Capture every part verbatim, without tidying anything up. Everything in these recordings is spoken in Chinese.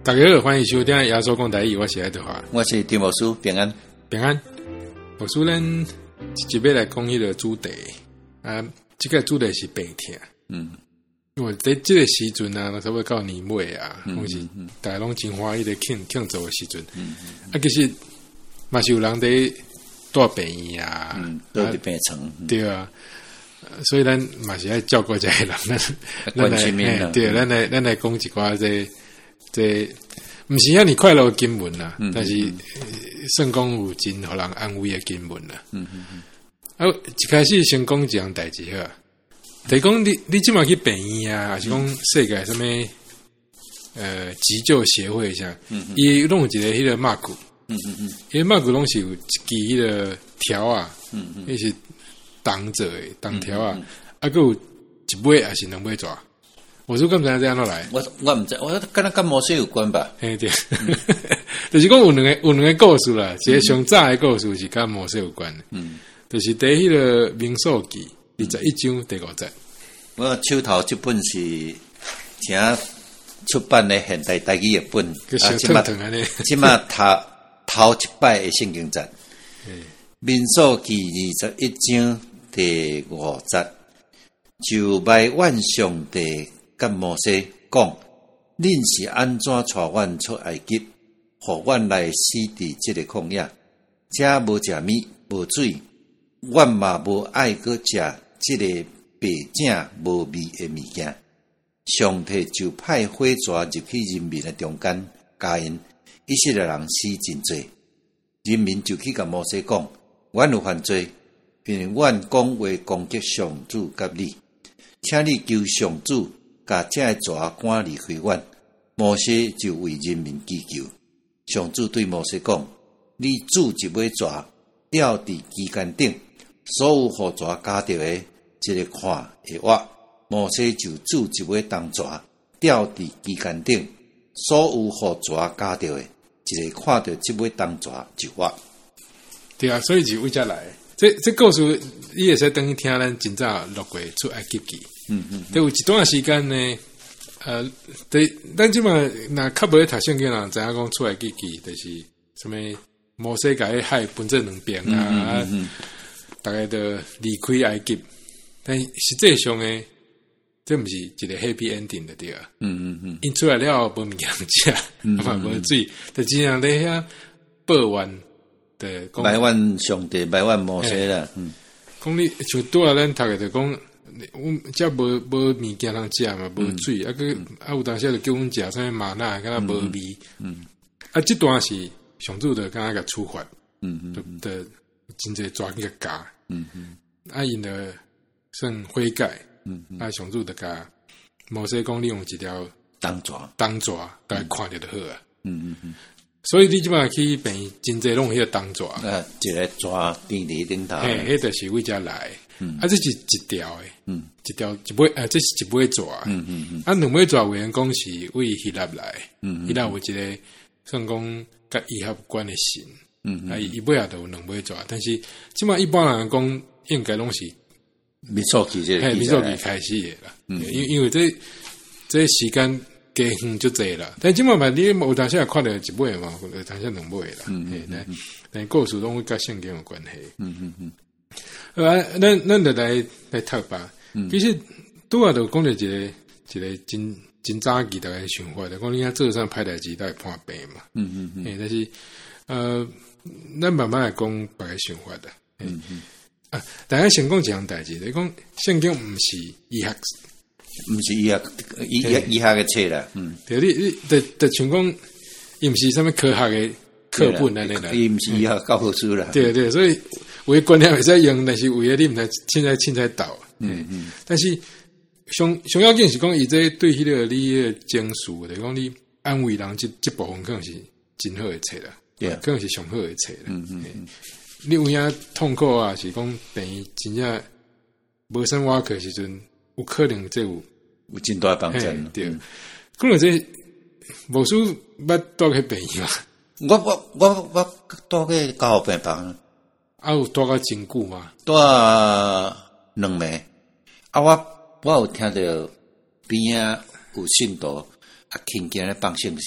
大家好，欢迎收听《亚洲讲台语》，我是爱德华， 我是丁牧师，平安平安。牧师咱这边来讲迄个主题啊，这个主题是病痛。嗯，因为在这个时阵啊，差不多到年尾啊，拢、嗯、是大家拢真欢喜咧庆庆祝的时阵。嗯嗯、啊，其实嘛是有人伫住病院啊， 嗯，住伫病床、嗯， 对啊。所以咱嘛是爱照顾这些人，咱关心面对，咱来咱来讲一寡这这，毋是遐尼快乐的经文啦，嗯、但是算讲有真互人安慰的经文啦。嗯嗯嗯。啊，一开始先讲一样代志好，就讲你你即马去病院啊，还是讲世界什么呃急救协会啥，伊拢有一个迄个 mark， 嗯嗯嗯，迄个 mark 拢是有一支迄个条啊，嗯嗯，迄是。当着诶，当条啊，啊，佮有一尾还是两尾抓？我说刚才这样落来， 我我唔知，我跟他跟魔术有关吧？ 嘿对，嗯、就是讲有两个有两个故事啦，一个上早的故事是跟魔术有关的，嗯，就是第迄个《民数记》二十一章第五节。 我手头这本是正出版的现代台语译本， 啊，即马即马头头一摆的圣经节，《民数记》二十一章。第五节，就拜阮上帝甲摩西讲：恁是安怎带阮出埃及，互阮来死伫即个旷野？遮无食米，无水，阮嘛无爱搁食即个白净无味的物件。上帝就派火蛇入去人民的中间，加因以色列人死真多。人民就去甲摩西讲：阮有犯罪。因为阮讲话攻击上主甲你，请你求上主甲这个蛇赶离开阮。摩西就为人民祈求，上主对摩西讲：你煮一尾蛇，吊伫旗杆顶，所有互蛇夹着的，一个看会活。摩西就煮一尾东蛇，吊伫旗杆顶，所有互蛇夹着的，一个看到这尾东蛇就活。 对啊，所以就为遮来。这这故事，你会使等于听咱真早落过出埃及记。嗯嗯。都有一段时间呢，呃，对，咱即嘛若较无读圣经人知影讲出埃及记，就是什么摩西甲伊海分做两边啊，嗯嗯嗯、大概都离开埃及。但实际上呢，这毋是一个 happy ending 的对啊。嗯嗯嗯。因出来了无物件食，嘛无水，就只能咧遐报怨。 埋怨上帝，埋怨摩西啦。嗯， 讲你像拄啊，咱读个就讲，阮遮无无物件通食嘛，无水，啊个啊有当时就叫阮食啥物玛纳，敢若无味。嗯，啊，这段是上主的敢若个处罚。嗯嗯，的真侪抓去个教。嗯嗯，啊因的算悔改。嗯嗯，啊上主的教摩西讲，你用一条当抓当抓，甲伊看着就好啊。嗯嗯嗯。 所以你即摆去病真侪拢迄个当抓， 啊，一个抓边伫顶头， 嘿，迄著是为遮来，嗯，啊，这是一条诶，嗯，一条一尾，啊，这是一尾抓，嗯嗯嗯，啊，两尾抓有人讲是为希腊来，嗯，希腊有一个算讲甲医学有关诶神，嗯嗯，啊，伊尾也都有两尾抓，但是即摆一般人讲应该拢是民数记这， 嘿，民数记开始诶啦，嗯，因因为这这时间。加远就济啦，但即摆嘛，你有当时也看到一尾嘛，有当时两尾啦。嗯嗯嗯，但故事拢会甲圣经有关系。嗯嗯嗯。啊，咱咱就来来读吧。嗯、其实拄啊，就讲着一个一个真真早期大家想法的，讲你看做上歹代志，才会判病嘛。嗯嗯嗯。但是呃，咱慢慢来讲别个想法的。嗯嗯。啊，大家先讲一样代志，你讲圣经毋是医学。 毋是医学医学医学嘅册啦，嗯， 对，你你就就像讲，伊毋是啥物科学嘅课本安尼啦， 伊毋是医学教科书啦， 对对，所以有诶观念会使用，但是有诶你毋知凊彩凊彩斗，嗯嗯，但是上上要紧是讲，伊这对迄个你诶讲述，就是讲你安慰人，即即部分可能是真好诶册啦，对，可能是上好诶册啦，嗯嗯嗯，你有影痛苦啊，是讲等于真正无生活课时阵。有可能这有有真大帮助， 对。可能这无须捌住去病院嘛？ 我我我我住去教病房， 啊有住到真久嘛？ 住两暝。啊，我我有听到边啊有信徒啊，轻轻咧放信息，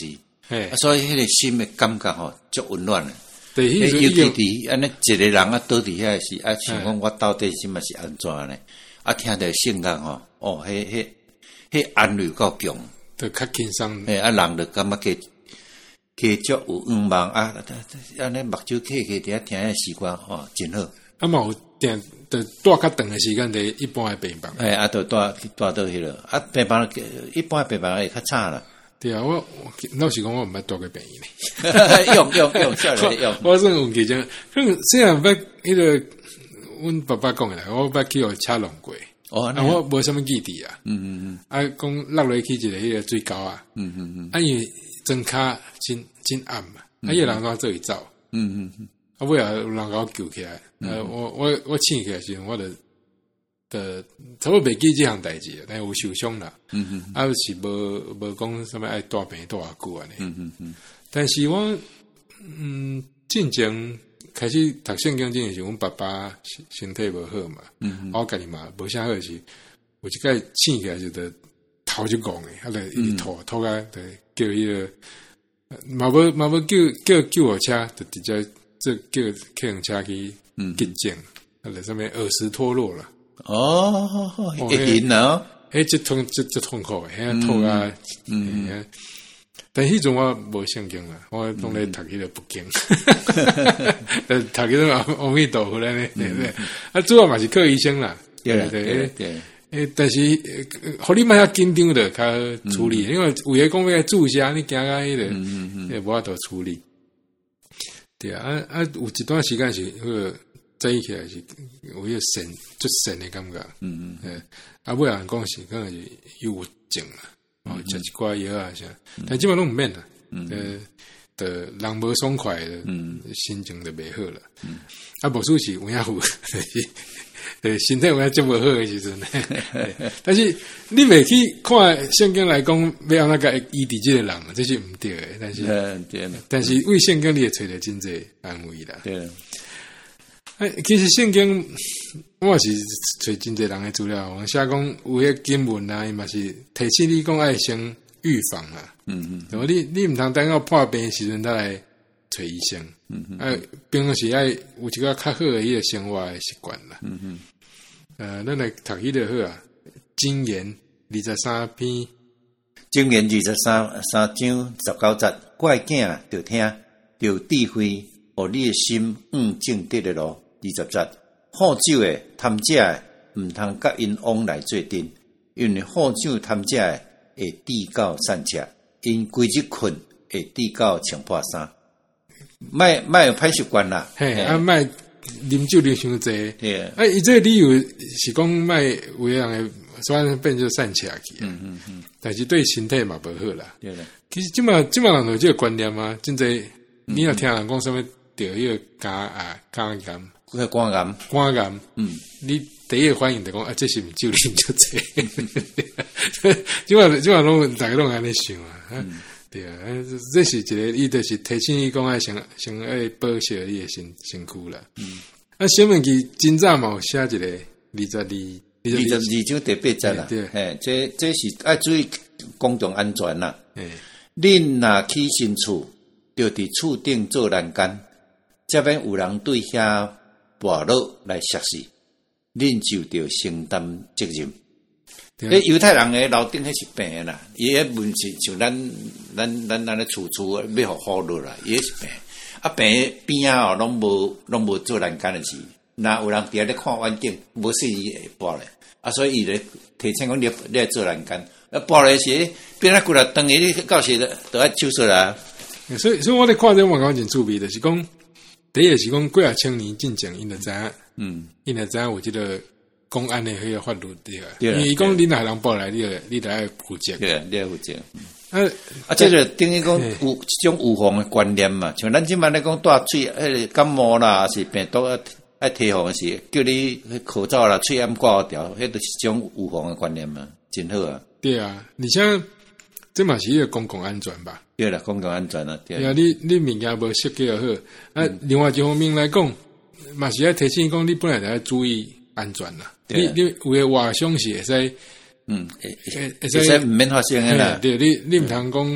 嘿啊，所以迄个心的感觉吼，足温暖诶。 对， 尤其迄种伫安尼一个人啊倒伫遐时，啊，想讲我到底心嘛是安怎呢？啊，听着性格吼，哦，迄迄迄安慰够强， 就较轻松。 诶，啊，人就感觉加加足有愿望啊，安尼目睭闭起伫遐听诶时光吼，真好。 啊嘛有定着带较长诶时间伫一般诶病房。 诶，啊，就带带倒去了。啊，病房一般诶病房会较差啦。 对啊，我老实讲，我毋捌带过病院咧。 用用用，出来用。 我算有记种，可能虽然捌迄个，阮爸爸讲诶啦，我捌去互车弄过。 哦， 啊，我无啥物记忆啊。 嗯嗯嗯。 啊，讲落落去一个迄个水沟啊。 嗯嗯嗯。 啊，因为装骹真真暗嘛，啊，伊个人怎做伊走。 嗯嗯嗯。 啊，尾啊有人甲我救起来。呃，我我我醒起来时阵，我著的差不多袂记即项代志，但有受伤啦。 嗯嗯。 啊，是无无讲啥物爱大病大久安尼。 嗯嗯嗯。但是我嗯进前开始读圣经之前，是阮爸爸身体无好嘛。嗯嗯。我家己嘛无啥好时，有一摆醒起来就得头就戆诶，啊，就一直吐吐啊，就叫迄个嘛无嘛无叫叫救护车，就直接这叫客运车去急诊，啊，就啥物耳石脱落啦。 哦，会晕啊！ 迄即痛即即痛苦诶，遐吐啊，嗯，嗯但迄阵我无圣经啦，我拢咧读迄个佛经，呃，读迄个阿弥陀佛咧，对不对？啊，主要嘛是靠医生啦， 对对对。 诶，但是互你莫遐紧张的较处理，因为有诶讲要注射，你惊甲迄个，诶，无法度处理。对啊，啊啊，有一段时间是迄个。在一起来是有迄个神足神的感觉，嗯嗯，诶，啊，尾人讲是可能是忧郁症啦，哦，食一寡药啊啥，但基本拢毋免啦，呃，的人无爽快的，嗯，心情就袂好了，嗯，啊，无数是有影有，呃，身体有影足无好的时阵，但是你袂去看圣经来讲，要安怎个医治即个人，这是毋对的，但是， 对， 但是为圣经你会找到真济安慰啦， 对。 哎，其实圣经我是找真侪人的资料，写讲有迄经文啊，伊嘛是提醒你讲爱先预防啊。嗯嗯，然后你你毋通等到破病的时阵再来找医生。嗯嗯，哎，平时爱有一个较好的迄个生活的习惯啦。嗯嗯，呃，咱来读迄个好啊，箴言二十三篇， 箴言二十三三章十九节，我的囝着听，着智慧，互你的心嗯正直的路。二十节，好酒诶，贪者诶，毋通甲因往来做阵，因为好酒贪者诶会抵到散车，因规日困会抵到穿破衫。莫莫有歹习惯啦， 嘿，啊莫啉酒啉伤济， 对啊，伊这个理由是讲莫有人诶，虽然变做散车去，嗯嗯嗯，但是对身体嘛无好啦。 对啦， 其实即嘛即嘛人有即个观念啊，真济你若听人讲啥物得迄个肝啊肝癌。 个肝癌， 肝癌，嗯，你第一个反应就讲啊，这是毋酒啉就这，即话即话拢大家拢安尼想啊，嗯、对啊，这是一个，伊就是提醒你讲爱先先爱保守你的身身躯啦。嗯，啊，新闻记真早嘛有写一个二十二， 二十二章第八节啦，对，嘿，这这是爱注意公众安全啦。诶，恁若起新厝，就伫厝顶做栏杆，这边有人对遐。跋落来摄事，恁就着承担责任。迄犹太人诶楼顶迄是平诶啦，伊迄问是像咱咱咱安尼厝厝要互好落啦，伊迄是平。啊平边啊吼，拢无拢无做栏杆诶事。若有人伫遐咧看远景，无说伊会跋咧。啊，所以伊咧提醒讲你你来做栏杆。啊跋咧时，变啊骨力长诶，你到时都爱手术啦。 所以所以我咧看这我感觉真趣味，就是讲。第一是讲几啊千年进前，因就知影，嗯，因就知影有即个公安的迄个法律对啊，因为伊讲你哪人报来，你就你得爱负责， 对啊，你要负责。 啊啊，这个等于讲有一种预防的观念嘛，像咱即摆咧讲带喙，迄个感冒啦，是病毒爱提防的是，叫你口罩啦、喙掩挂掉，迄都是一种预防的观念嘛，真好啊。 对啊，而且这嘛是一个公共安全吧。 对啦，公共安全啊， 对啊，你你物件无设计好，啊，嗯、另外一方面来讲，嘛是要提醒讲，你本来就要注意安全啦。你你有诶外伤是会使， 嗯，会会使毋免发生诶啦。 对，你你毋通讲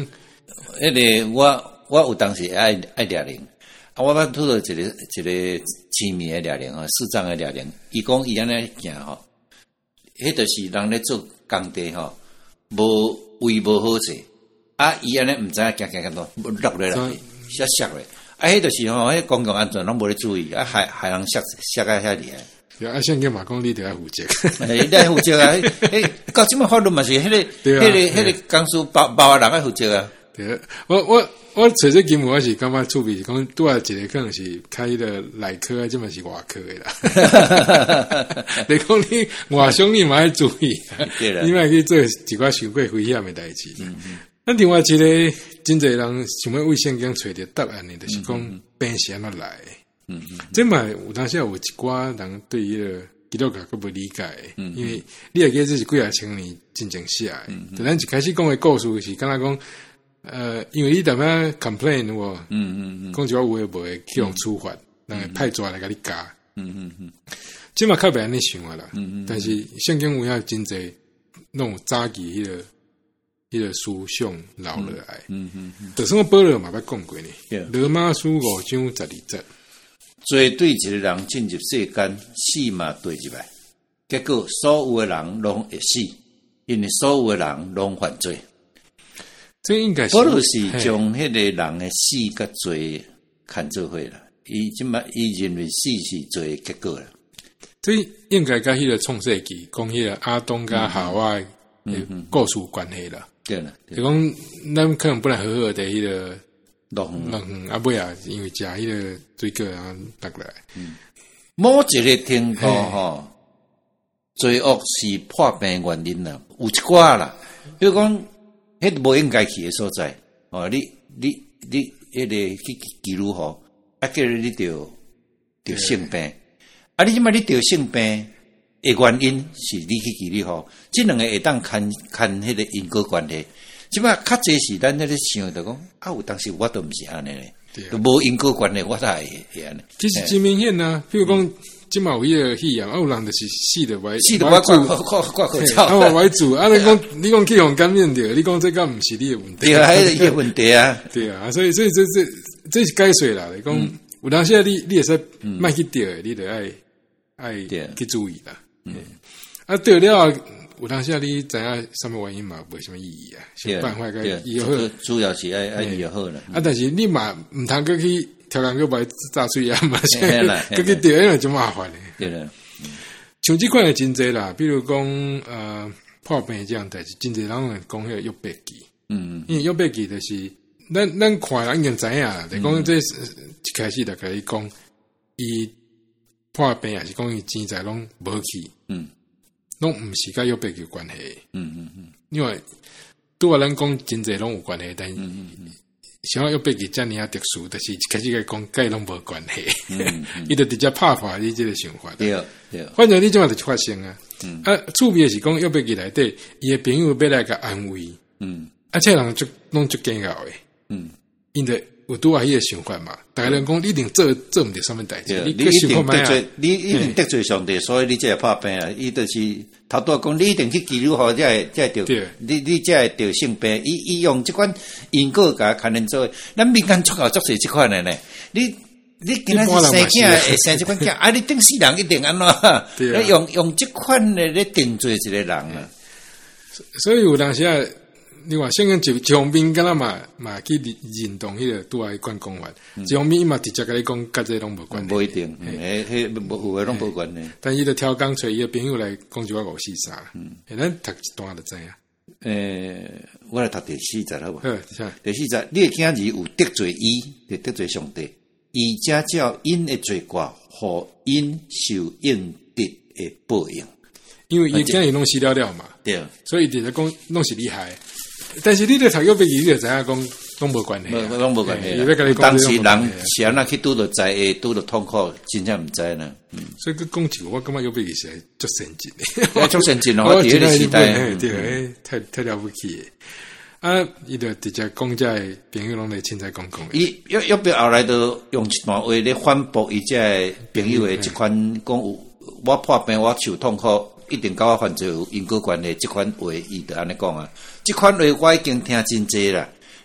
迄个我我有当时爱爱掠铃，啊，我捌拄到一个一个青面的掠铃啊，视障的掠铃，伊讲伊安尼行吼，迄就是人咧做工地吼，无位无好势，啊，伊安尼毋知影行行行到落落来，摔摔咧，啊，迄就是吼，迄公共安全拢无咧注意，啊，害害人摔摔啊遐厉害。 对啊，现在嘛讲你得要负责， 你得负责啊！迄到即么法律嘛是迄个，迄个迄个公司包包啊人爱负责啊。 对，我我我找这题目我是感觉趣味，讲拄啊一个可能是开的内科啊，即嘛是外科的啦。你讲你外伤你嘛要注意，你嘛去做一寡伤过危险的代志。嗯嗯。咱另外一个真侪人想要为圣经找着答案的，就是讲病是安怎来的。嗯嗯，这嘛有当时有一寡人对于个基督教个不理解，嗯，因为你也记这是几啊千年真正写的，嗯，咱一开始讲的故事是敢若讲，呃，因为你淡仔 complain 我，嗯嗯嗯，讲一寡有诶无诶去用处罚，人会派抓来甲你教，嗯嗯嗯，即嘛较袂安尼想啊啦，嗯嗯，但是圣经有遐真侪那种早期迄个。迄个思想留落来，嗯嗯嗯，就算保罗嘛捌讲过呢，罗马书五章十二节。 做对一个人进入世间，死嘛对入来，结果所有的人拢会死，因为所有的人拢犯罪。 这应该是保罗是将迄个人的死甲罪看做伙啦，伊即嘛伊认为死是罪的结果啦。 这应该甲迄个创世纪讲迄个阿东甲夏娃的故事有关系啦。 对啦， 就讲咱可能本来好好的迄个。 落雨， 落雨啊！尾啊，因为食迄个水果啊，落来。嗯， 某一个程度吼，罪恶是破病原因啦，有一寡啦。比如讲，迄无应该去的所在，哦，你你你迄个去记录吼，啊，叫你得得性病，啊，你即摆你得性病的原因是你去记录吼，即两个会当看看迄个因果关系。即摆较济是咱在咧想，就讲啊，有当时我都毋是安尼咧，都无因果关系，我才会会安尼。 其实真明显啊，比如讲，即摆有迄个戏啊，啊有人就是死的歪， 死的歪挂挂挂口罩， 啊歪主，啊你讲你讲去用感染着，你讲这个毋是你的问题， 对啊，迄个伊的问题啊， 对啊，所以所以这这这是解说啦，讲有当时你你会使莫去着的，你得爱爱去注意啦，嗯，啊对了。有当时你知影什么原因嘛，无什么意义啊，想办法个以后主要是爱爱以后啦。 啊，但是你嘛毋通过去跳工去买炸水啊嘛，过去钓因为就麻烦咧。 对啦， 像即款诶真侪啦，比如讲呃破病这样代志，真侪人会讲迄个约伯记，嗯，因为约伯记就是咱咱看人已经知影啦，就讲这一开始就甲你讲，伊破病也是讲伊钱财拢无去，嗯。拢毋是甲约伯记有关系，嗯嗯嗯，因为拄啊咱讲真侪拢有关系，但是像约伯记遮尔啊特殊，但是开始甲讲甲拢无关系，嗯伊就直接拍破你即个想法， 对对， 反正你即马就发生啊，嗯、啊，趣味是讲约伯记内底，伊诶朋友要来甲安慰，嗯，啊，这人就拢足惊咬诶，嗯，因为有拄啊迄个想法嘛，大家人讲你一定做做毋着啥物代志， 你一定得罪，你一定得罪上帝，所以你才会拍病啊！伊就是头拄讲，你一定去记录好，才会才会得，你你才会得性病。伊伊用即款因果甲牵连做，咱民间出口做侪即款诶呢。你你今仔日生囝会生即款囝，啊！你顶世人一定安怎？用用即款诶咧定罪一个人啊。 所以有当时啊。你话现在一方面敢若嘛嘛去认同迄个拄仔迄款讲法，一方面伊嘛直接甲你讲，甲这拢无关系， 无一定，诶，迄有诶拢无关系。 但伊就挑工找伊诶朋友来讲一寡五四三，嗯，咱读一段就知影。 诶，我来读第四节好无？ 好， 第四节，你诶囝儿有得罪伊，就得罪上帝，伊才照因诶罪过，互因受应得诶报应。 因为伊囝儿拢死了了嘛， 对， 所以直接讲拢是厉害。但是你咧读约伯记，你就知影讲拢无关系， 拢无关系。当时人是安那去拄着灾厄，拄着痛苦，真正毋知呢。 所以佢讲一个，我感觉约伯记是足先进的， 足先进哦！伫迄个时代， 对，太太了不起。啊，伊就直接讲遮个朋友拢来凊彩讲讲。 伊约约伯后来就用一段话咧反驳伊遮个朋友的一款讲有我破病，我受痛苦。一定甲我犯罪有因果关系，即款话伊就安尼讲啊。即款话我已经听真济啦。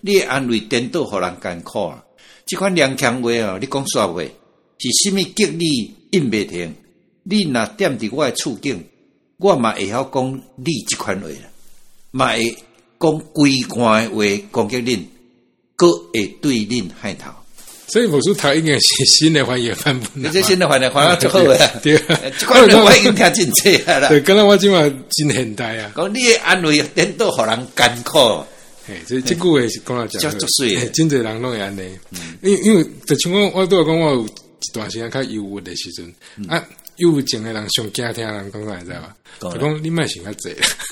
你的安慰颠倒互人艰苦啊！即款良强话哦，你讲煞话，是甚物激你应袂停？你若踮伫我的处境，我嘛会晓讲你即款话啦，嘛会讲规贯的话攻击恁，搁会对恁害头。 所以无书头应该是新的翻译版本， 你这新的翻译翻啊，最好啊！ 对， 即款话我已经听真济啊啦。 对，刚才我即嘛真现代啊， 讲你的安慰颠倒互人艰苦。 嘿，这这句话是讲了讲， 足水诶， 真侪人拢会安尼。因因为就像我我拄讲，我有一段时间较忧郁的时阵，啊，忧郁症的人上惊听人讲啥，你知道吧？就讲你莫想较济。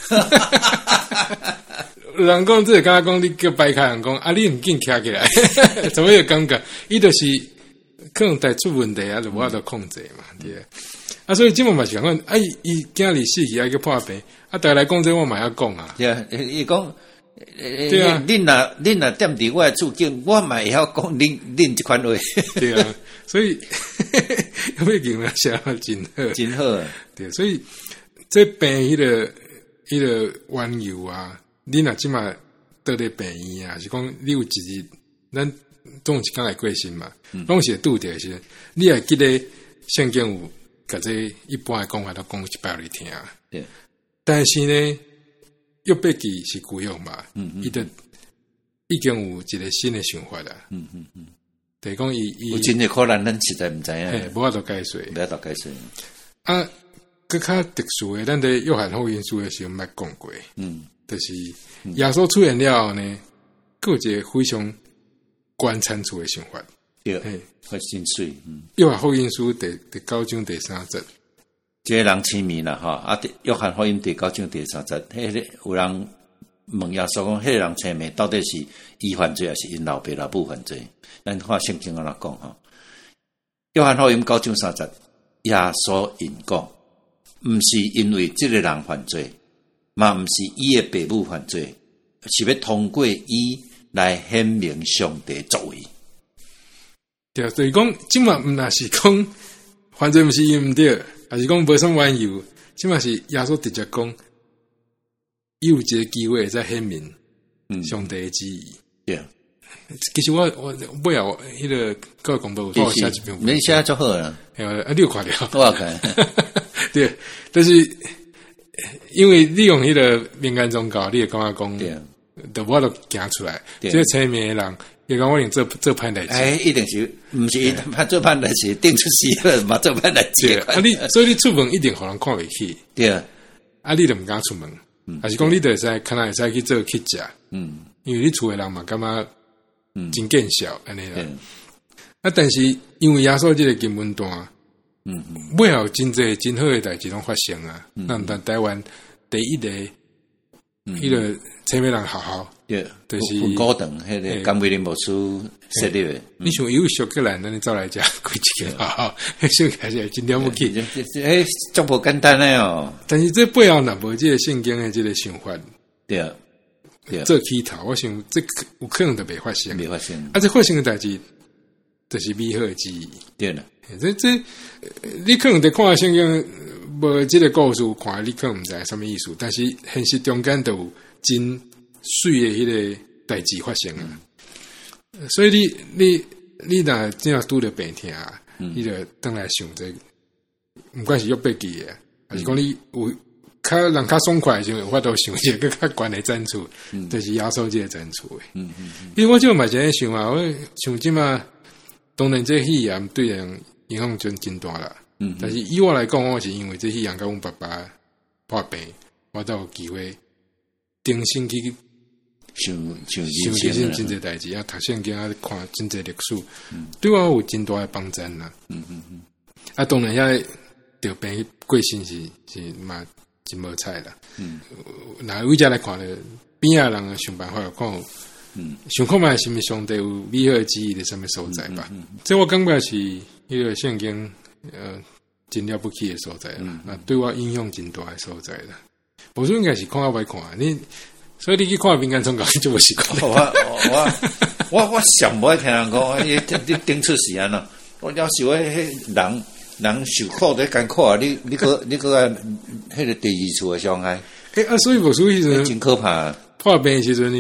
人讲这个刚刚讲你叫摆开人讲啊，你唔紧徛起来，怎么有感觉？伊就是可能带出问题啊，就无法度控制嘛，对啊。啊，所以即满嘛是讲，啊，伊伊今日死去啊，叫破病啊，大家来讲这我嘛要讲啊。 对啊，伊讲，对啊，恁若恁若踮伫我的处境，我嘛会晓讲恁恁即款话。 对啊，所以有咩叫嘛写真好， 真好啊。 对，所以这病迄个迄个缘由啊。你若即马得咧病院啊，是讲你有一日，咱总有一工会过身嘛，拢是会拄着是，你会记得圣经有甲这一般的讲法都讲一百来听啊。 对， 但是呢，约伯记是旧约嘛，伊得已经有一个新的想法啦。嗯嗯嗯，就是讲伊伊有真诶可能咱实在毋知影， 嘿，无法度解释， 无法度解释。 啊，更较特殊诶，咱伫约翰福音书诶时候捌讲过，嗯。就是耶稣出现了后呢，有一个非常观参出的想法。 对，发真水。嗯， 约翰福音书第第九章第三节， 这个人痴迷啦哈。啊，约翰福音第九章第三节，迄个有人问耶稣讲，迄个人痴迷到底是伊犯罪，还是因老爸老母犯罪？咱看圣经安怎讲哈。约翰福音九章三节，耶稣因讲，毋是因为这个人犯罪。嘛，毋是伊诶爸母犯罪，是要通过伊来显明上帝作为。 对，所以讲，即嘛毋那是讲犯罪毋是因毋对，还是讲无什么缘由，即嘛是耶稣直接讲，有一个机会在显明上帝诶旨意。 对、嗯， 其实我我尾后迄个各个公布我写一篇， 你写就好了。 啊，你有看到？ 我看。 对，但是。因为你用迄个民间宗教，你会感觉讲，就我都行出来。这个前面的人，伊讲我用做做歹代志， 哎，一定是，毋是伊他做歹代志，定出死了嘛，做歹代志。 啊，你所以你出门一定互人看袂起。 对啊， 啊，你就毋敢出门，还是讲你就会使，可能会使去做去食。嗯，因为你厝的人嘛，感觉真见笑安尼啦。啊，但是因为耶稣这个经文段。嗯，尾后真侪真好诶代志拢发生啊！那毋但台湾第一个，迄个青美人学校， 对， 就是高等迄个甘威廉牧师设立诶。 你像有苏格兰，咱走来遮开一个学校，迄开始真了不起， 诶，足无简单诶哦。 但是这背后若无即个圣经诶即个想法， 对啊，对， 做起头，我想这有可能就袂发生， 袂发生。 啊，这发生诶代志，就是美好诶记忆， 对啦。 这这，你可能在看圣经无这个故事看，你可能毋知什么意思，但是现实中间都有真水的迄个代志发生啊。嗯、所以你你你若真要拄着病痛啊，嗯、你就当来想这，毋管是约伯记的，还是讲你有较人较爽快的时候，我都想一个较悬的赞处，嗯、就是耶稣这个赞处的。嗯嗯嗯、因为我就嘛真想啊，我想即嘛，当然这戏也对人。影响真真大啦，嗯，但是以我来讲，我是因为这些人甲阮爸爸破病，我才有机会定心去想想想这些真侪代志，啊，读圣经啊，看真侪历史，嗯，对我有真大的帮助啦，嗯嗯嗯，啊，当然遐得病过身是是嘛真无彩啦，嗯，那为遮来看咧，边仔人想办法看有，嗯，想看卖是毋是上帝有美好旨意伫什么所在吧？嗯嗯嗯、这我感觉是。迄个圣经，呃，真了不起的所在啦，嗯、那对我影响真大的所在啦。无说应该是看我歹看，你所以你去看民间宗教就无习惯。 我我我我上无爱听人讲，你你顶出时安咯。我要是我迄人人受苦在艰苦啊，你你个你个迄个第二次的伤害。 诶、欸、啊，所以无所以时阵真可怕。 破病时阵，你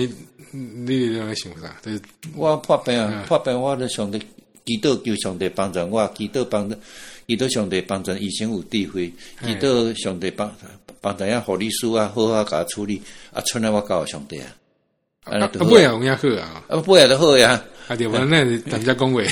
你咧在想啥？就是我破病啊，破病我咧上帝祈祷求上帝帮助我，祈祷帮助，祈祷上帝帮助医生有智慧，祈祷上帝帮帮助遐护理师啊，好好甲处理，啊，剩下我交上帝啊。 啊，啊，尾啊有影好啊， 啊，尾啊都好呀。 啊，对，我那人家讲话，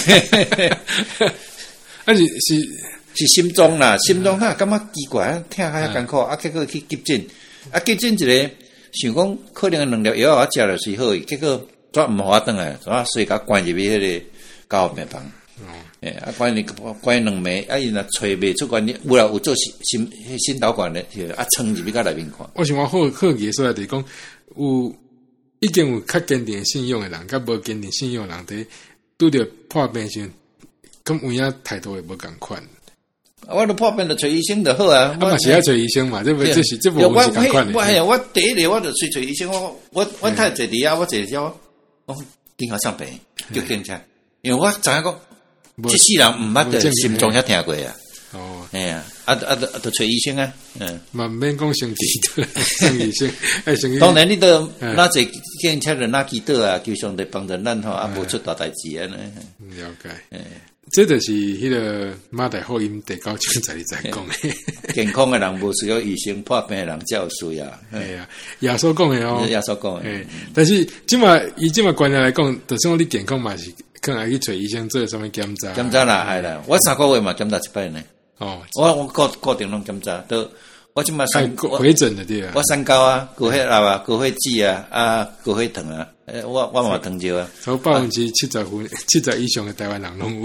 啊是是是心脏啦，心脏哈感觉奇怪，听下艰苦，啊，结果去急诊，啊，急诊一个想讲可能两粒药我食了是好，结果煞毋好转来，煞随甲关入去迄个加护病房。诶，啊，关你关两暝，啊，伊若找袂出关，有啦有做心心心导管咧，啊，撑入去甲内面看。 我想我好好奇所在就是讲，有已经有较坚定信仰诶人，甲无坚定信仰诶人，伫拄着破病时，咁有影态度会无共款。 我都破病就找医生就好啊。 啊嘛是要找医生嘛，这不这是这无是共款诶。 我我我第一日我就去找医生，我我我太坐伫啊，我坐咗我经常上病叫警察，因为我知影讲。即世人毋捌着心脏遐听过啊！哦，哎呀，啊啊啊，都找医生啊！嗯， 嘛免讲身体的，找医生，哎， 当然你都哪只警察人哪记得啊？求上帝帮助咱吼，啊，无出大代志啊！ 了解，哎，这就是迄个马太福音第九章十二节讲的， 健康的人无需要医生，破病的人才有需要。 哎呀，耶稣讲的哦， 耶稣讲的。 哎，但是即嘛以即嘛观念来讲，就算你健康嘛是。可能去找医生做什么检查？ 检查啦，系啦，我三个月嘛检查一摆呢。 哦， 我我固固定拢检查，都我即嘛三回诊的对啊。 我三高啊，高血压啊，高血脂啊，啊，高血糖啊，诶，我我嘛糖尿啊。 从百分之七十分七十以上的台湾人拢有。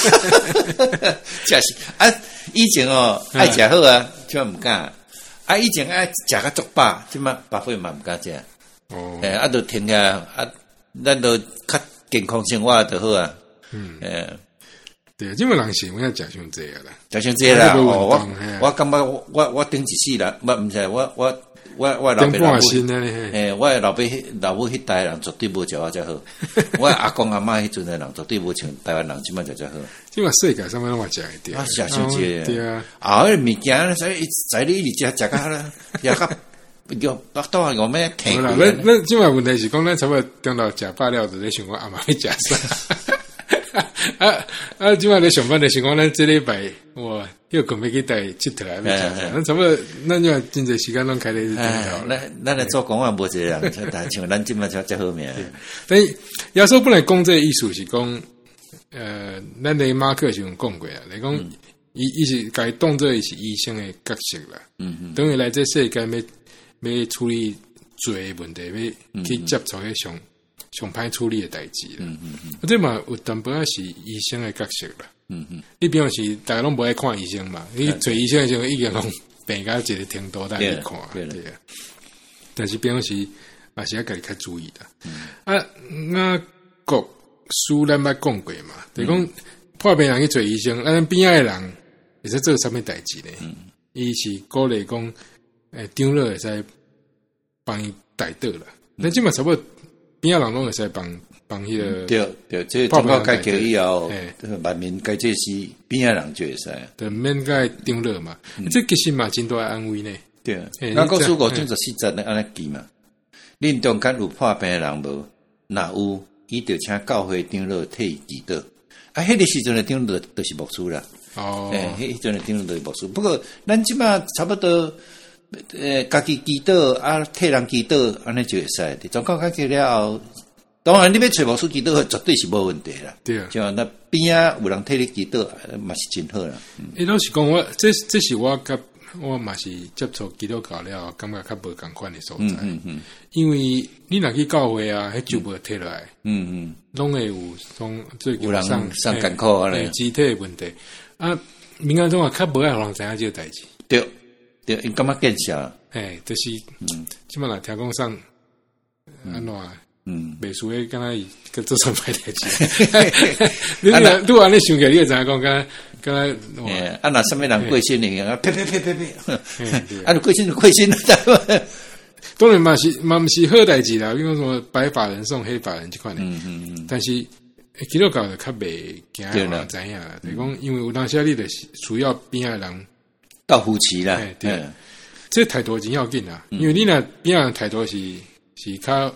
就是啊，以前哦爱食好啊，即嘛毋敢。啊，以前爱食较足饱，即嘛饱饭嘛毋敢食。哦。诶，啊，都停下啊，咱都较。健康生活就好啊，嗯，诶， 对，即么人是我要食伤济啊啦， 食伤济啦，哦，我我感觉我我我顶一世啦，我毋是我我我我老爸老母，诶，我老爸老母迄代人绝对无食我遮好，我阿公阿嬷迄阵诶人绝对无像台湾人即摆食遮好， 即嘛世界上面拢嘛食会着， 啊，食伤济， 对啊， 啊，迄物件所以在你一直食食甲啦，食甲。叫巴肚啊！我咩听过？ 那那今晚问题是讲，咱差不多中到食饱了，就在想讲阿妈要食啥？啊啊！今晚在上班的想讲，咱这礼拜哇，又准备去带佚佗啊！咱差不多，咱就真侪时间拢开咧顶头。 咱咱来做工啊，无一个人，但像咱今晚才才好命。 但是有时候本来讲这个意思是讲，呃，咱的马克是有讲过啊，来讲，伊伊是该当做是医生的角色啦。嗯嗯，等于来这世界要。要处理罪问题，要去接触迄上上歹处理的代志啦。嗯嗯嗯，这嘛有淡薄仔是医生的角色啦。嗯嗯，你比方是大家拢无爱看医生嘛，你找医生的时候已经拢病到一个程度，大家去看，对啊。但是比方是也是要家己较注意的。嗯、啊，那国书咱捌讲过嘛，就讲、嗯、破病人去找医生，咱边仔的人会使做啥物代志呢？伊、嗯、是鼓励讲。诶，长老会使帮伊带倒啦。咱即嘛差不多边仔人拢会使帮帮迄个。 对对，这中国改革以后，诶，万民改这是边仔人就会使。 对，免改长老嘛，这其实嘛真大安慰呢。 对啊，咱告诉五章十四节咧安尼记嘛。恁中间有破病的人无？若有，伊就请教会长老替伊祈祷。啊，迄个时阵的长老就是牧师啦。哦。诶，迄阵的长老就是牧师。不过咱即嘛差不多。诶，家己祈祷啊，替人祈祷，安尼就会使。总告解决了后，当然你要找牧师祈祷，绝对是无问题啦。 对啊， 就那边啊有人替你祈祷，嘛是真好啦。 伊老实讲，我这这是我甲我嘛是接触基督教了，感觉较无共款的所在。嗯嗯嗯。因为你若去教会啊，迄就无摕落来。嗯嗯。拢会有从最有人上上艰苦啊咧， 肢体问题啊，民间中啊较无爱互人知影这个代志。 对。对，因感觉见笑， 哎，就是，嗯，即摆来听讲上，安怎，嗯，袂输诶，敢若伊个做啥歹代志。你若拄安尼想起来，你会知影讲，敢敢若， 哎，啊，若什么人过身哩，啊，呸呸呸呸呸，啊，过身就过身了， 当然嘛是嘛毋是好代志啦，比如说白发人送黑发人即款诶，嗯嗯嗯，但是基督教就较袂惊人知影，就讲因为有当时你著需要边仔人。 到夫妻啦， 对，这态度真要紧啊！因为你若边仔态度是是较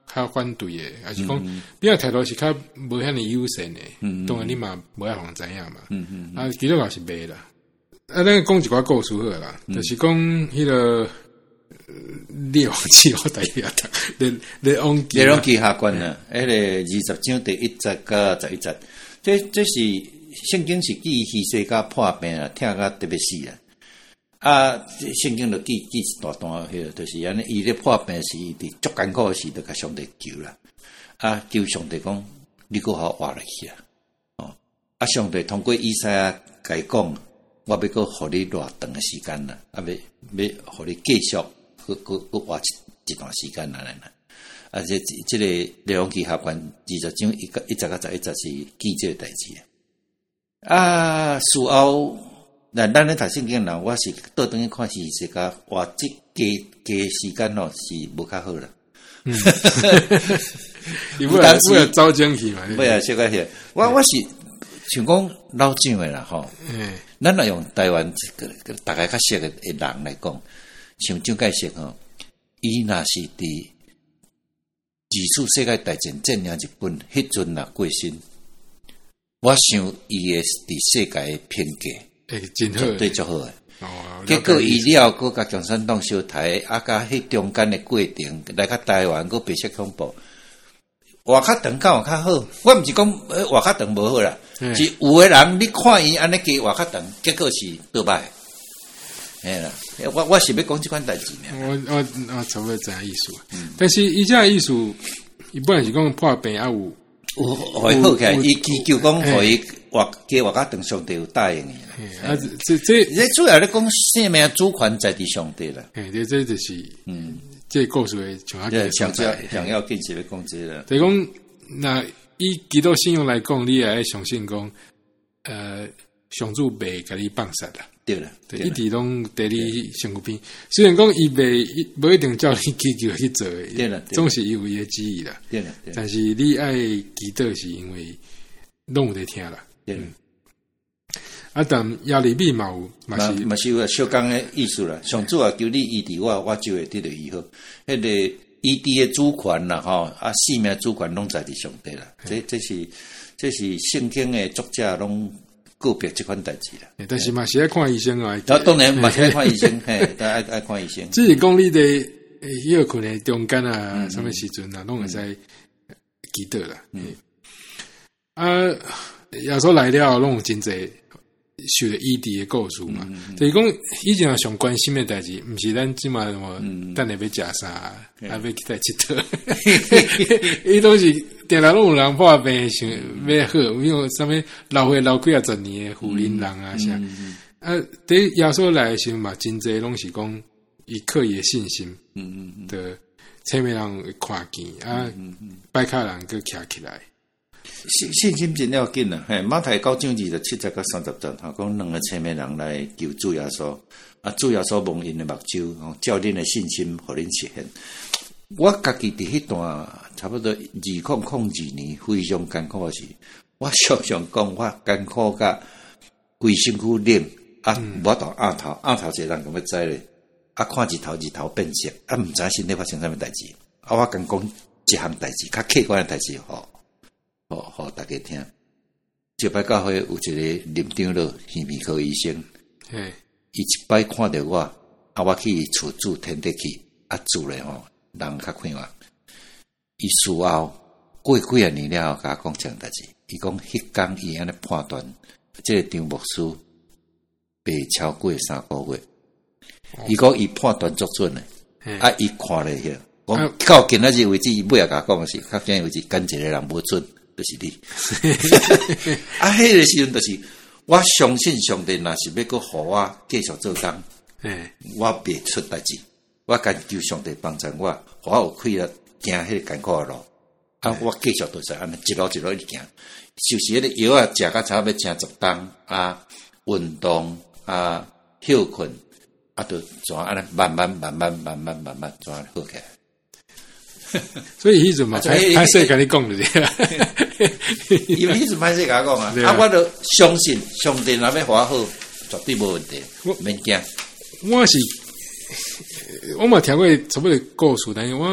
较反对诶，还是讲比较态度是较无遐尼友善诶，当然你嘛无爱互人知影嘛。嗯嗯啊，基督教是袂啦。啊，咱讲一寡故事好啦，嗯、就是讲迄、那个列王记我第一读，列列王记列王记下关啊，迄、那个二十章第一节甲十一节，这这是圣经是记希西家破病啊，听甲特别死啊。啊，圣经就记记一大段，迄个就是安尼，伊咧破病时，伊伫足艰苦时，就甲上帝求啦。啊，求上帝讲，你搁互活落去啊！哦，啊，上帝通过以赛亚甲伊讲，我要搁互你偌长诶时间啦，啊，要要互你继续，搁搁搁活一一段时间啦啦。啊，这这个列王记下关二十章一一十到十一节是记这个代志啊。事後。咱咱咧读圣经人，我是倒转去看是是甲活即加加时间咯，是无较好啦。 嗯，伊为了为了招精气嘛， 为了小可些，我我是像讲老蒋诶啦吼。嗯，咱若用台湾个大概较熟诶人来讲，像蒋介石吼，伊若是伫二次世界大战占领日本迄阵若过身，我想伊诶伫世界诶评价。 诶，真好， 对，足好诶。哦，结果伊了，搁甲共产党相台，啊，甲迄中间诶过程，来甲台湾，搁白色恐怖，活较长较较好。我毋是讲活较长无好啦，是有诶人你看伊安尼加活较长，结果是倒歹。嘿啦，我我是要讲即款代志呢。 我我我差不多知影意思，嗯、但是伊遮意思，伊本来是讲破病啊有。 有互伊好起来，伊祈求讲互伊活加活较长，上帝有答应伊。 啊，这这这主要咧讲生命主权在伫上帝啦。 嘿，这这就是嗯，这故事诶像啊， 想要想要紧是要讲这啦。 就是讲，那以基督信仰来讲，你也要相信讲，呃，上主袂甲你放杀啦。 对啦， 对，一直拢伫你身躯边。虽然讲伊袂无一定叫你祈求去做诶， 对啦， 总是有伊诶旨意啦。 对啦， 但是你爱祈祷是因为拢有在听啦。 对。 啊，但亚利米嘛有， 嘛是嘛是有小讲诶意思啦。上主啊，求你医治我，我就会得到医好。迄个医治诶主权啦，吼啊，生命主权拢在伫上帝啦。这这是这是圣经诶作者拢。个别这款代志啦， 但是嘛是爱看医生啊。 啊，当然嘛是爱看医生，嘿，但爱爱看医生。 只是讲你伫休困诶中间啊，什么时阵啊，拢会使记得啦。嗯，啊，耶稣来了，拢有真侪受医治诶故事嘛。就是讲以前上关心诶代志，毋是咱即嘛什么，等下要食啥，啊要去在佚佗，伊都是。定来拢有人破病想要好，因为啥物老岁老几啊十年诶福音人啊啥，嗯嗯、啊，对耶稣来诶时嘛，真侪拢是讲伊靠伊诶信心，嗯嗯嗯，的前面人会看见啊，嗯嗯、拜卡人佮徛起来， 信信心真要紧啊！嘿，马太九章二十七节到三十节，哈，讲两个前面人来求主耶稣，啊，主耶稣蒙因诶目睭，照恁诶信心，互恁实现。我家己伫迄段差不多二零零二年非常艰苦时，我常常讲我艰苦甲规身躯冷啊，无到额头，額頭一個人咁要知咧，啊看日頭日頭變色，啊毋知身體發生啥物代志，啊我敢講一項代志，較客觀誒代志，吼，吼吼大家聽。這擺教會有一個林長老耳鼻科醫生，伊一擺看到我，啊我去厝住天地去，啊住咧吼。人較快活，伊事後過幾啊年了後，甲我講這樣代志。伊講迄天伊安尼判斷，即、這個張牧師未超過三個月。伊講伊判斷足準誒，啊伊看咧遐，講到今仔日為止，伊尾也甲我講誒是，到今仔日為止跟一個人無準，就是你。啊，迄個時陣就是我相信上帝，若是要擱互我繼續做工，我袂出代志。我敢求上帝幫助我，我有開了行迄個艱苦誒路，啊，我繼續都是安尼一路一路一直行，就是迄個藥啊，食到差不多成十檔啊，運動啊，休困啊，都怎安尼慢慢慢慢慢慢慢慢怎好起來。 所以迄陣嘛，歹勢甲你講著對， 因為迄陣歹勢甲我講啊，啊，我著相信上帝若要互我好，絕對無問題，免驚。 我是。我嘛聽過差不多故事，但是我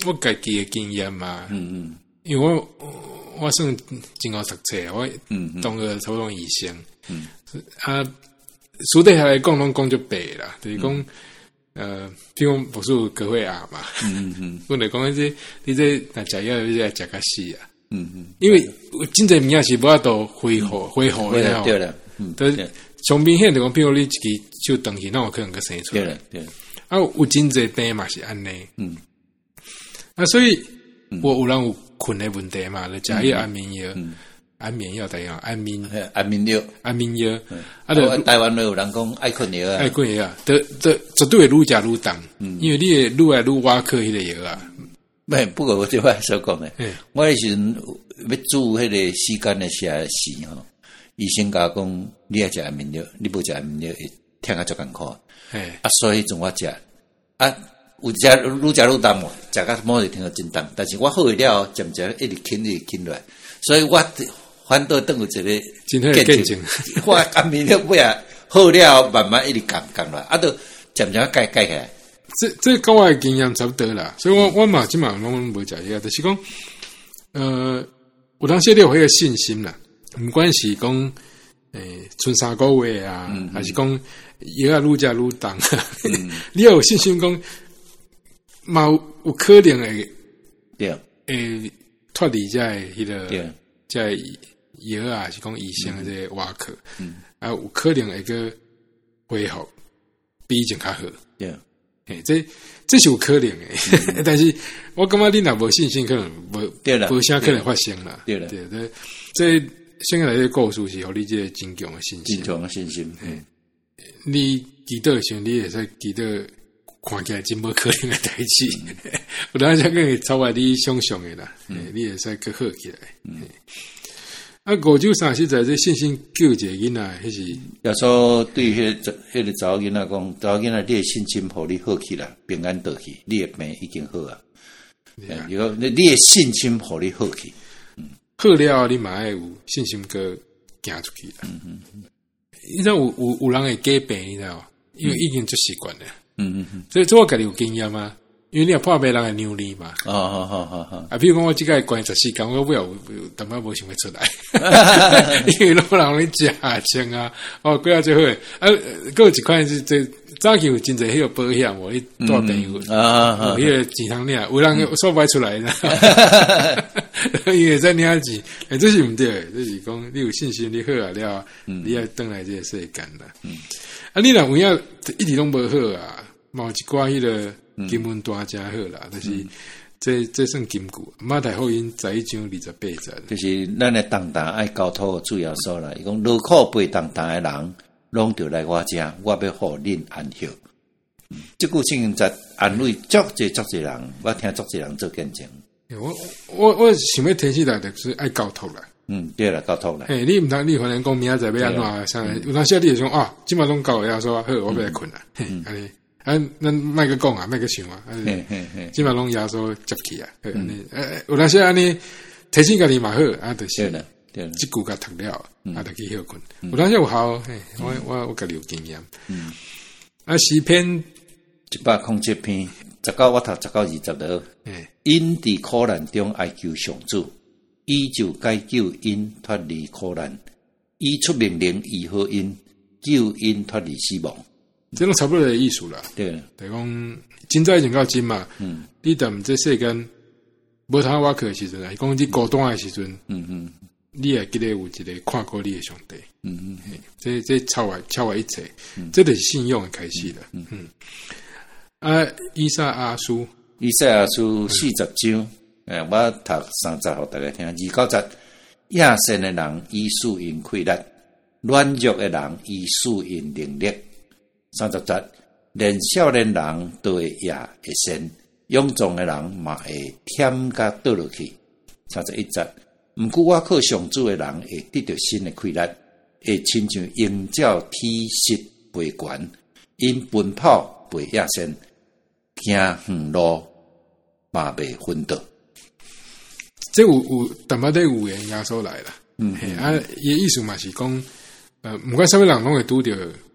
我家己的经验嘛， 嗯嗯， 因为我我算真好读册，我嗯当个初中医生， 嗯啊，书底下来讲拢讲就白啦，就是讲、嗯、呃，比如不是隔会啊嘛， 嗯嗯， 我来讲这你这那食药你食个死啊， 嗯嗯， 因为真侪物件是无法度恢复恢复的对了，嗯， 都上明显就讲，比如你一支手断去，那有可能个生出来， 对了对了， 啊，有真侪病嘛是安尼， 嗯， 啊，所以我有人有困的问题嘛，就食迄安眠药。 嗯安眠药怎样？安眠安眠药， 安眠药， 啊，就台湾有人讲爱困药啊， 爱困药啊，得得绝对会愈食愈重，嗯，因为你会愈来愈挖克迄个药啊。 没，不过我就话所讲的，我迄时阵要煮迄个时间的时时吼，医生甲我讲，你爱食安眠药，你无食安眠药会疼啊足艰苦，哎，啊，所以阵我食，啊，有食愈食愈重嘛，食甲某就听到真重，但是我好会了，渐渐一直轻一直轻落来，所以我。反倒等有一个真好见证， 我安眠药尾啊好了，慢慢一直降降落来，啊，都渐渐改改起来。 这这跟我的经验差不多啦，所以我我嘛即嘛拢无食药，就是讲，呃，有当时你有迄个信心啦，毋管是讲诶，剩三个月啊，嗯嗯还是讲药啊愈食愈重，嗯、你要有信心讲，嘛有可能会对， 诶脱离在迄个。 对在药啊，是讲医生的这个挖克，嗯，啊，有可能会个恢复比以前较好， 对， 嘿，这这是有可能的，嗯、但是我感觉你若无信心，可能无对啦， 无啥可能发生啦， 对啦， 对对，这先来这故事是互你这个真强的信心， 真强的信心， 嗯，你记得时，你会使记得看起来真无可能的代志，嗯、有当时个超外你想象的啦，嗯、你会使更好起来，嗯。啊，五九三是在这信心救一个囡仔，迄是耶稣对迄个迄个查某囡仔讲，查某囡仔，你的信心互你好起来，平安倒去，你的病已经好啊。如果你的信心互你好起， 嗯，好了，你嘛爱有信心个行出去啦。嗯嗯嗯，你知道有有有人会改病，你知道吗？因为已经做习惯了。嗯嗯嗯，所以这我家己有经验嘛。因为你也破病人会扭你嘛， 哦，好好好好。 啊，比如讲我即个关十四天，我尾后淡薄无想要出来，因为老人咧食清啊，哦，过啊最好诶，啊，还有一款是这早期有真侪迄个保险，我一大朋友啊，迄个钱通领，有人说不出来的，因为在领钱，诶，这是毋对，这是讲你有信心，你好啊了，你要转来这个世间啦。啊，你若有影一直拢无好啊，嘛有一寡迄个。金文大真好啦，就是、嗯、这这算金句。马太福音十一章二十八节， 就是咱的重担爱交托主要所啦。伊讲劳苦背重担的人，拢着来我遮，我要互恁安息。嗯，这句圣经在安慰足济足济人，我听足济人做见证。 我我我想要提起来就是爱交托啦。 嗯，对啦，交托啦。 诶，你毋通你可能讲明仔载要安怎上，有当时你就讲啊，即马拢交了，说好，我要来困啦，安尼。啊，咱莫个讲啊，莫个想啊，基本拢压缩接起啊，安尼，诶，有当时安尼提醒家己嘛好，啊，就是即句甲读了，啊，就去休困。有当时有效，嘿，我我我家己有经验。啊，诗篇一百零七篇，十九我读十九二十了。因伫苦难中哀求上主，伊就解救因脱离苦难，伊出命令医好因，救因脱离死亡。 这种差不多的意思啦， 对， 就讲真早已经到真嘛，嗯，你踮这世间无通挖课的时阵啊，讲你孤单的时阵，嗯嗯，你也记得有一个看过你的上帝，嗯嗯，这这超越超越一切，嗯、这就是信用的开始了，嗯嗯。啊，以赛亚书， 以赛亚书四十章，诶，我读三十互大家听，二九节，亚善的人以属因溃烂，软弱的人以属因能力。三十节，连少年人都会也会先，勇壮的人嘛会忝甲倒落去。三十一节，毋过我靠上主的人会得到新的溃烂，会亲像鹰鸟天势飞悬，因奔跑飞亚先，行远路嘛袂昏倒。 这有有淡薄仔有言压缩来啦，嗯，啊，伊意思嘛是讲，呃，毋管啥物人拢会拄着。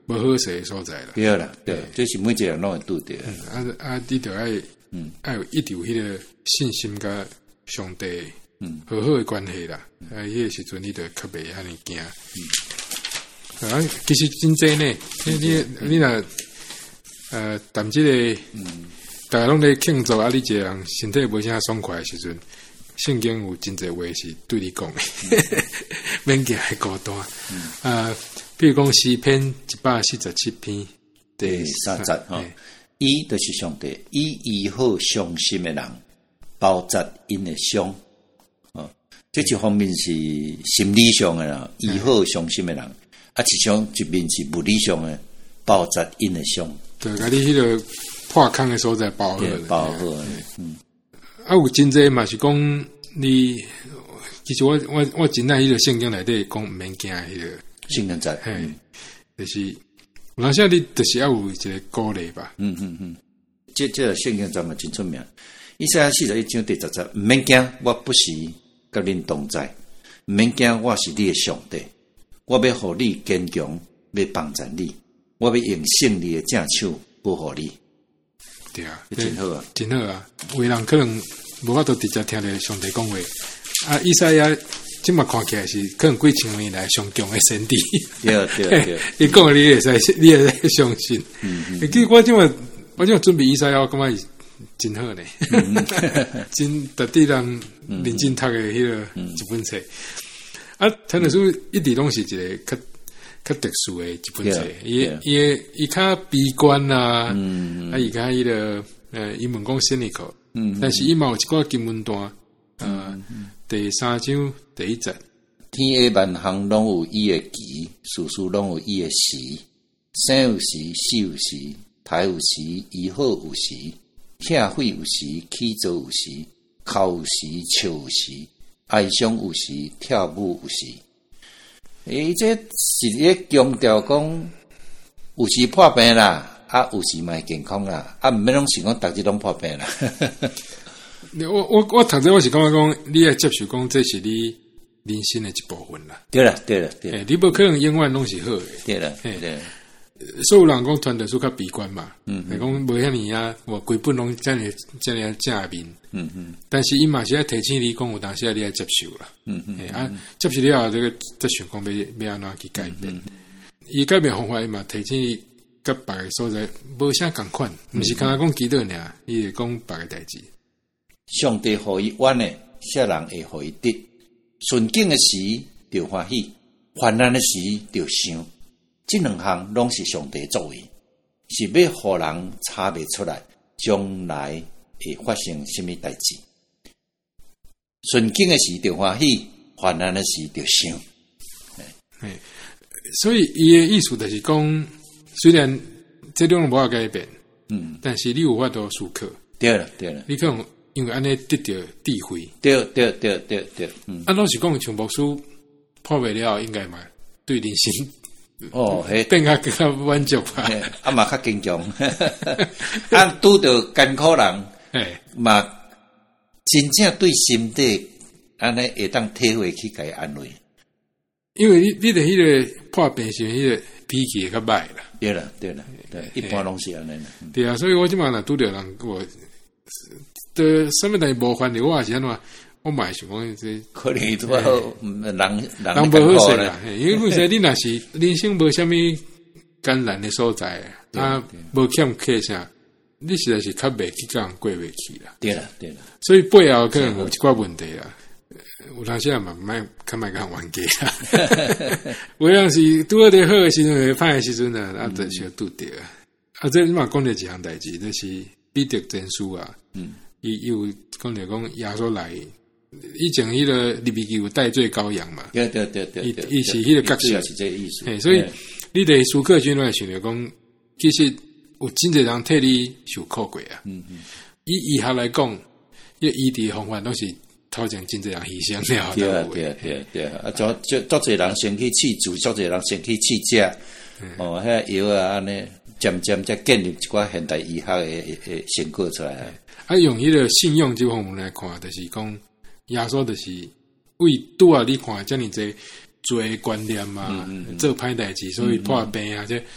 无好势的所在啦。 对啦，对，这是每一个人拢会拄着。 嗯，啊啊，你着爱，嗯，爱有一直有迄个信心甲上帝，嗯，好好的关系啦。啊，迄个时阵你着较袂遐尼惊。嗯，啊，其实真济呢，你你你若呃，谈即个，嗯，大家拢咧庆祝啊，你一个人身体无啥爽快的时阵。圣经有真侪话是对你讲的，免惊还孤单。啊，比如讲诗篇一百四十七篇第三节吼，伊就是上帝，伊医好伤心的人，包扎因的伤。哦，这一方面是心理上的啦，医好伤心的人，啊，一方一面是物理上的，包扎因的伤。 对，甲你迄个破空的所在包好， 包好，嗯。 啊，有真济嘛是讲你，其实我我我真爱迄个圣经内底讲毋免惊迄个圣经在， 嘿，就是有当时你就是要有一个鼓励吧。 嗯嗯嗯，这这个圣经在嘛真出名。以赛亚四十一章第十节，毋免惊，我不是甲恁同在；毋免惊，我是你的上帝，我要互你坚强，要帮助你，我要用胜利的正手保护你。 对啊， 真好啊， 真好啊！有人可能无法度直接听到上帝讲话，啊，以赛亚即嘛看起来是可能几千年来上强的先知。 对对对， 伊讲的你会使，你会使相信。嗯嗯。其实我即嘛，我即嘛准备以赛亚，我感觉真好呢，真特地人认真读的迄个一本册。啊，陈老师一直拢是一个较。较特殊的一本册，伊伊伊较悲观啊，嗯、啊伊较迄个呃，英文讲 cynical，嗯，但是伊嘛有一寡经文段，呃，嗯、第三章第一节， 天下万象拢有伊的期，事事拢有伊的时，生有时，死有时，财有时，医好有时，拆毁有时，起造有时，哭有时，笑有时，哀伤有时，跳舞有时。诶，这是咧强调讲，有时破病啦，啊，有时嘛健康啦，啊，毋免拢是讲逐日拢破病啦。 我我我读者我是感觉讲，你要接受讲，这是你人生的一部分啦。 对啦，对啦，对啦。 你无可能永远拢是好的。 对啦，对啦。 所有人讲传道书较悲观嘛，嗯，讲无遐尼啊，我规本拢遮尔遮尔正面，嗯嗯，但是伊嘛是要提醒你讲，有当时你要接受啦，嗯嗯，啊，接受了后，这个再想讲要要安怎去改变，伊改变方法伊嘛提醒你，甲别个所在无啥共款，毋是干那讲祈祷尔，伊会讲别个代志。 上帝互伊冤诶，世人会互伊得，顺境诶时就欢喜，患难诶时就想。这两项拢是上帝作为，是要互人查袂出来，将来会发生什么代志。顺境的时就欢喜，患难的时就想。 哎，所以伊的意思就是讲，虽然这种无法改变，嗯，但是你有法度思考。 对了，对了， 你可能因为安尼得到智慧。 对对对对对，嗯， 啊，老实讲，像牧师破袂了，应该嘛对人生。 哦，嘿， 变较更较满足吧， 啊嘛较坚强，啊拄着艰苦人，哎，嘛真正对心底安尼会当体会去甲伊安慰， 因为你你的迄个破病是迄个脾气会较歹啦， 对啦对啦，对，一般拢是安尼啦， 对啊，所以我即满若拄着人我的什么代无烦恼，我也是安怎。我嘛想讲，这可能拄好人人人无好势啦，因为为啥你若是人生无虾米艰难的所在啊，无欠缺啥，你实在是较袂去甲人过袂去啦。 对啦，对啦， 所以背后可能有一寡问题啦。有当时也嘛莫较莫甲人冤家啦。有当时拄好伫好诶时阵，会歹诶时阵啊，啊，就小拄着啊。啊，这你嘛讲着一项代志，就是彼得前书啊，嗯，伊有讲着讲耶稣来。以前迄个利未记有代罪羔羊嘛， 对对对对， 伊伊是迄个角色， 是这个意思。 嘿，所以你伫苏克军来想着讲，其实有真侪人替你受苦过啊。嗯嗯，以医学来讲，迄医治方法都是头前真侪人牺牲了。 对啊对啊对啊对啊，啊，就就多侪人先去试煮，多侪人先去试食，哦，迄药啊安尼，渐渐才建立一寡现代医学诶诶成果出来。 啊，用迄个信用这方面来看，就是讲。耶稣就是为拄啊，你看遮尔济罪观念啊，嗯嗯嗯做歹代志，所以破病啊，这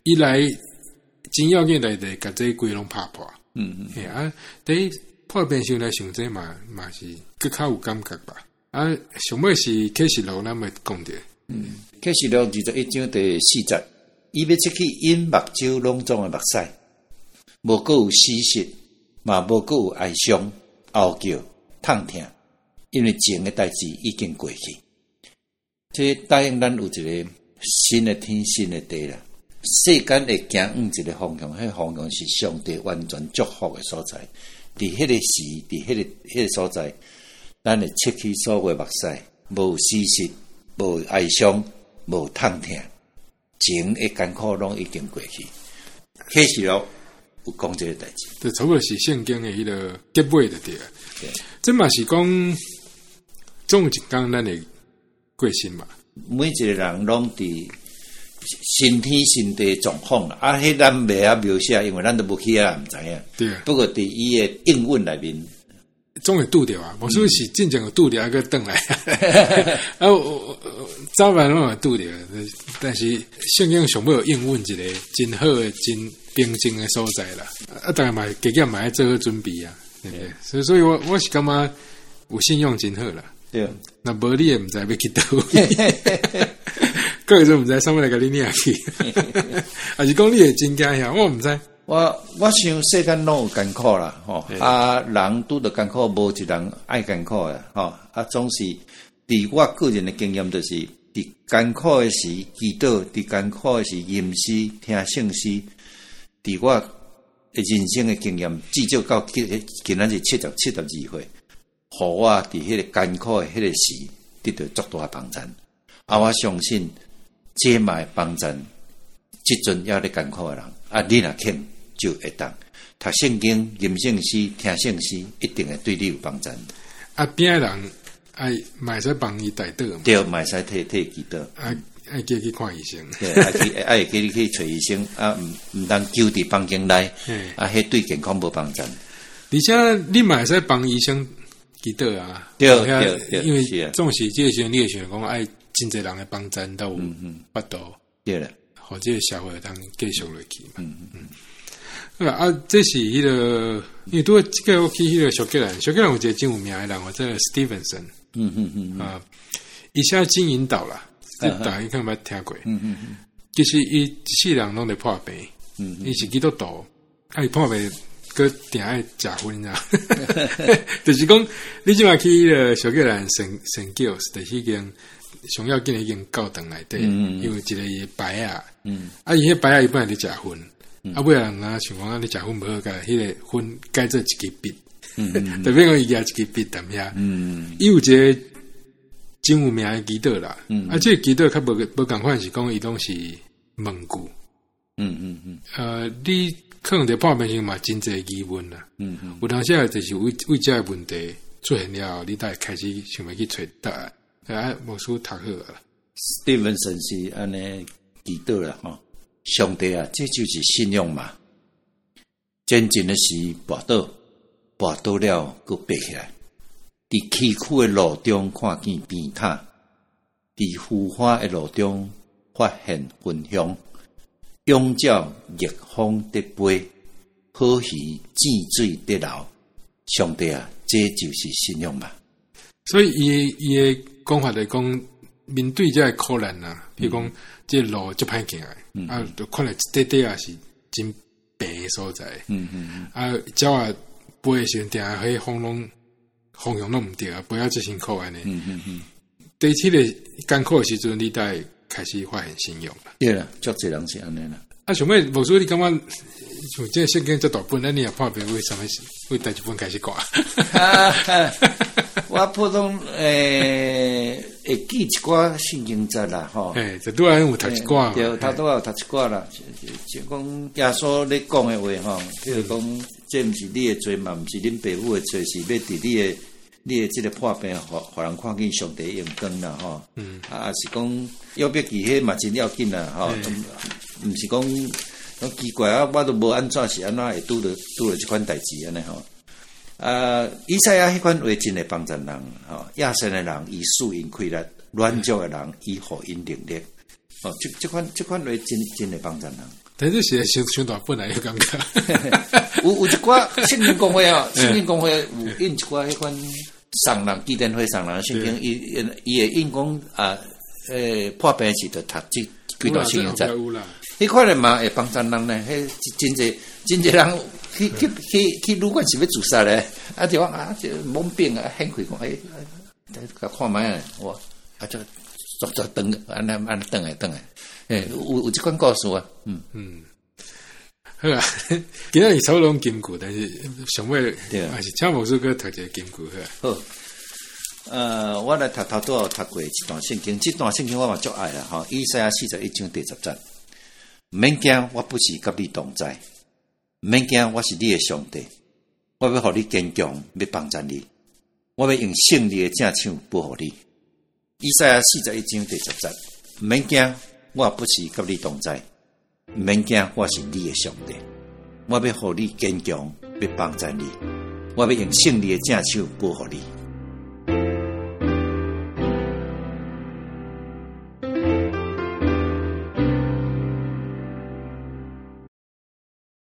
伊来真要紧来的，甲这规拢拍破。 嗯嗯， 嘿啊，第破边上来想这嘛嘛是更较有感觉吧。啊，上尾是启示录，咱们讲的。 嗯，启示录二十一章第四节，伊要出去因目睭拢总的目屎，无搁有死息，嘛无搁有哀伤、嚎叫、痛痛，因为前的代志已经过去。这答应咱有一个新的天、新的地啦。世间会行往一个方向，迄方向是上帝完全祝福的所在。伫迄个时，伫迄个迄个所在，咱会切去所有目屎，无死息，无哀伤，无痛痛，前的艰苦拢已经过去。启示录有讲这个代志， 这差不多是圣经的迄个结尾的对啊。这嘛是讲，总有一天咱会过身嘛。 每一个人拢伫新天新地状况啦，啊，迄咱袂晓描写，因为咱都无去啊，毋知影。 对啊。 不过伫伊诶应允内面， 总会拄着啊，无说是真正有拄着，还个转来。啊，早晚拢有拄着，但是圣经上尾有应允一个真好诶、真平静诶所在啦。啊，当然嘛，家己嘛要做好准备啊，对不对？所以，所以我我是感觉有信用真好啦。 对。 那无你也毋知要去倒位。各位都毋知上尾来甲你领去，还是讲你会真惊遐？我毋知。 我我想世间拢有艰苦啦，吼、哦、啊，人拄着艰苦，无一人爱艰苦诶，吼、哦、啊，总是伫我个人诶经验，就是伫艰苦诶时祈祷，伫艰苦诶时吟诗听圣诗，伫我诶人生诶经验，至少到今今仔日七十七十二岁，互我伫迄个艰苦诶迄个时得到足大诶帮助。啊，我相信。这嘛帮助即阵要咧艰苦诶人，啊，你若肯就会当读圣经、吟圣诗、听圣诗，一定会对你有帮助。 啊，边诶人爱买使帮伊带倒嘛？ 对，买使替替祈祷。 啊，爱叫去看医生。 对，爱去爱叫你去找医生，啊，毋毋通揪伫房间内，啊，迄对健康无帮助。 而且你嘛会使帮医生祈祷啊。 对对对， 因为总是即个时阵，你会想讲爱。真侪人诶帮助都有巴度， 对啦， 或者社会通继续落去嘛。 嗯嗯嗯。啊，这是迄、那个，因为拄即个我去迄个小吉兰，小吉兰有一个真有名诶人，或者 Stevenson。 嗯嗯嗯啊，伊写金银岛啦，这大家可能捌听过。 嗯嗯嗯。 其实伊一世人拢在破病，嗯，伊是基督徒，啊，伊破病，佮定爱食薰啊。就是讲，你即马去迄个小吉兰神神教，就是已经。上要紧已经教堂内底，嗯嗯因为一个白啊，嗯、啊伊迄白啊伊本来伫食薰，嗯、啊尾仔人啊想讲啊你食薰无好，甲迄个薰改做一支笔，特别讲伊举一支笔踮遐，伊有一个真有名诶祈禱啦，嗯、啊即、這個祈禱較無無共款是講伊攏是問句，嗯嗯嗯，呃你可能伫破病時嘛真濟疑問啦，嗯嗯，有當時啊就是為為這個問題出現了，你才開始想要去找答案。啊，無書讀好啦。 Stevenson 是安尼祈禱啦，吼，上帝啊，這就是信仰嘛。真正的是跋倒，跋倒了，佫爬起來。佇崎嶇的路中看見邊塔，佇浮華的路中發現分享，仰照逆風得飛，好魚戰水得流。上帝啊，這就是信仰嘛。 所以伊伊诶講法嚟講，面對這個苦難啊，譬如講，這個路就歹行來，嗯、啊，就看來一塊塊啊是真白嘅所在，嗯嗯嗯，啊，鳥啊飛嘅時陣，定係迄風攏方向攏毋對啊，飛啊真辛苦安尼，嗯嗯嗯，第七個艱苦嘅時陣，你才開始發現信仰啦。對啦，足濟人是安尼啦。 啊，想尾無說你感覺像這聖經這大本，那你也破病為什麼為第一本開始掛？ 我普通誒會記一寡聖經節啦，吼。 誒，就拄仔有讀一寡， 對，頭拄仔有讀一寡啦。就講耶穌咧講誒話，吼，譬如講，這毋是你誒罪嘛，毋是恁父母誒罪，是要佇你誒你誒即個破病，互互人看見上帝榮光啦，吼。嗯。啊，是講要別記迄嘛真要緊啦，吼。毋是講講奇怪啊，我都無安怎是安怎會拄着拄着即款代志安尼吼。啊，以賽亞迄款話真會幫助人，吼，亞神誒人以賜因氣力，軟弱誒人以互因能力，哦，即即款即款話真真會幫助人。 但是写想想大本来有感觉， 有有一寡圣经公会哦，圣经公会有印一寡迄款上人祭奠会上人圣经，伊伊会印讲啊，诶破病时就读即几段圣经节，迄款人嘛会帮助人呢，迄真侪真侪人去去去去旅馆是要自杀咧，啊就讲啊就懵病啊，很快讲诶，甲看卖啊，哇啊就做做等安尼安尼等来等来。诶、欸，有有这款故事啊，嗯嗯， 好啊，今仔日超拢金句，但是上尾还是请牧师哥读一个金句好。 好，呃，我来头头都有读过一段圣经，这段圣经我嘛足爱啦，吼，以赛亚四十一章第十节，免惊，我不是甲你同在，免惊，我是你的上帝，我要互你坚强，要帮助你，我要用胜利的正手保护你。以赛亚四十一章第十节，免惊。我不是甲你同在，免惊，我是你的上帝。我要互你坚强，要帮助你。我要用胜利的正手保护你。